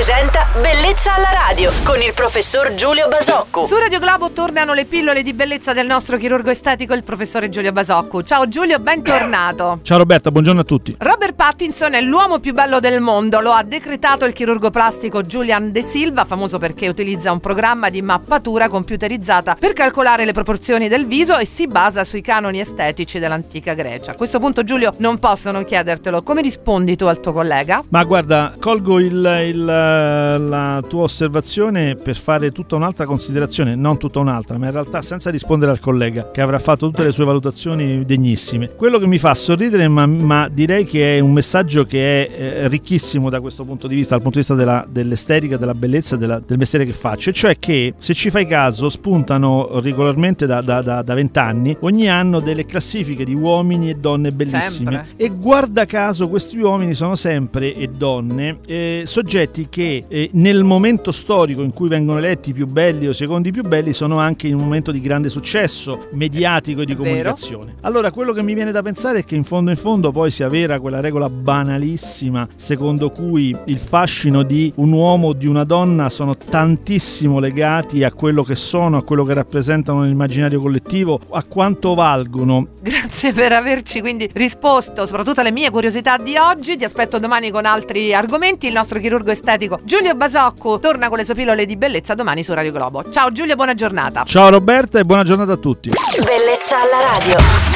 presenta Bellezza alla radio con il professor Giulio Basoccu. Su Radio Globo tornano le pillole di bellezza del nostro chirurgo estetico, il professore Giulio Basoccu. Ciao Giulio, bentornato. Ciao Roberta, buongiorno a tutti. Robert Pattinson è l'uomo più bello del mondo, lo ha decretato il chirurgo plastico Julian De Silva, famoso perché utilizza un programma di mappatura computerizzata per calcolare le proporzioni del viso e si basa sui canoni estetici dell'antica Grecia. A questo punto, Giulio, non posso non chiedertelo, come rispondi tu al tuo collega? Ma guarda, colgo la tua osservazione per fare tutta un'altra considerazione, non tutta un'altra, ma in realtà senza rispondere al collega, che avrà fatto tutte le sue valutazioni degnissime. Quello che mi fa sorridere, ma direi che è un messaggio che è ricchissimo da questo punto di vista, dal punto di vista dell'estetica, della bellezza, del mestiere che faccio, e cioè che, se ci fai caso, spuntano regolarmente da 20 anni, ogni anno, delle classifiche di uomini e donne bellissime. Sempre. E guarda caso questi uomini sono sempre, e donne, soggetti che nel momento storico in cui vengono eletti i più belli o secondi più belli sono anche in un momento di grande successo mediatico e di comunicazione. Allora, quello che mi viene da pensare è che in fondo poi sia vera quella regola banalissima secondo cui il fascino di un uomo o di una donna sono tantissimo legati a quello che sono, a quello che rappresentano nell'immaginario collettivo, a quanto valgono. Grazie per averci quindi risposto soprattutto alle mie curiosità di oggi. Ti aspetto domani con altri argomenti. Il nostro chirurgo estetico Giulio Basoccu torna con le sue pillole di bellezza domani su Radio Globo. Ciao Giulio, buona giornata. Ciao Roberta e buona giornata a tutti. Bellezza alla radio.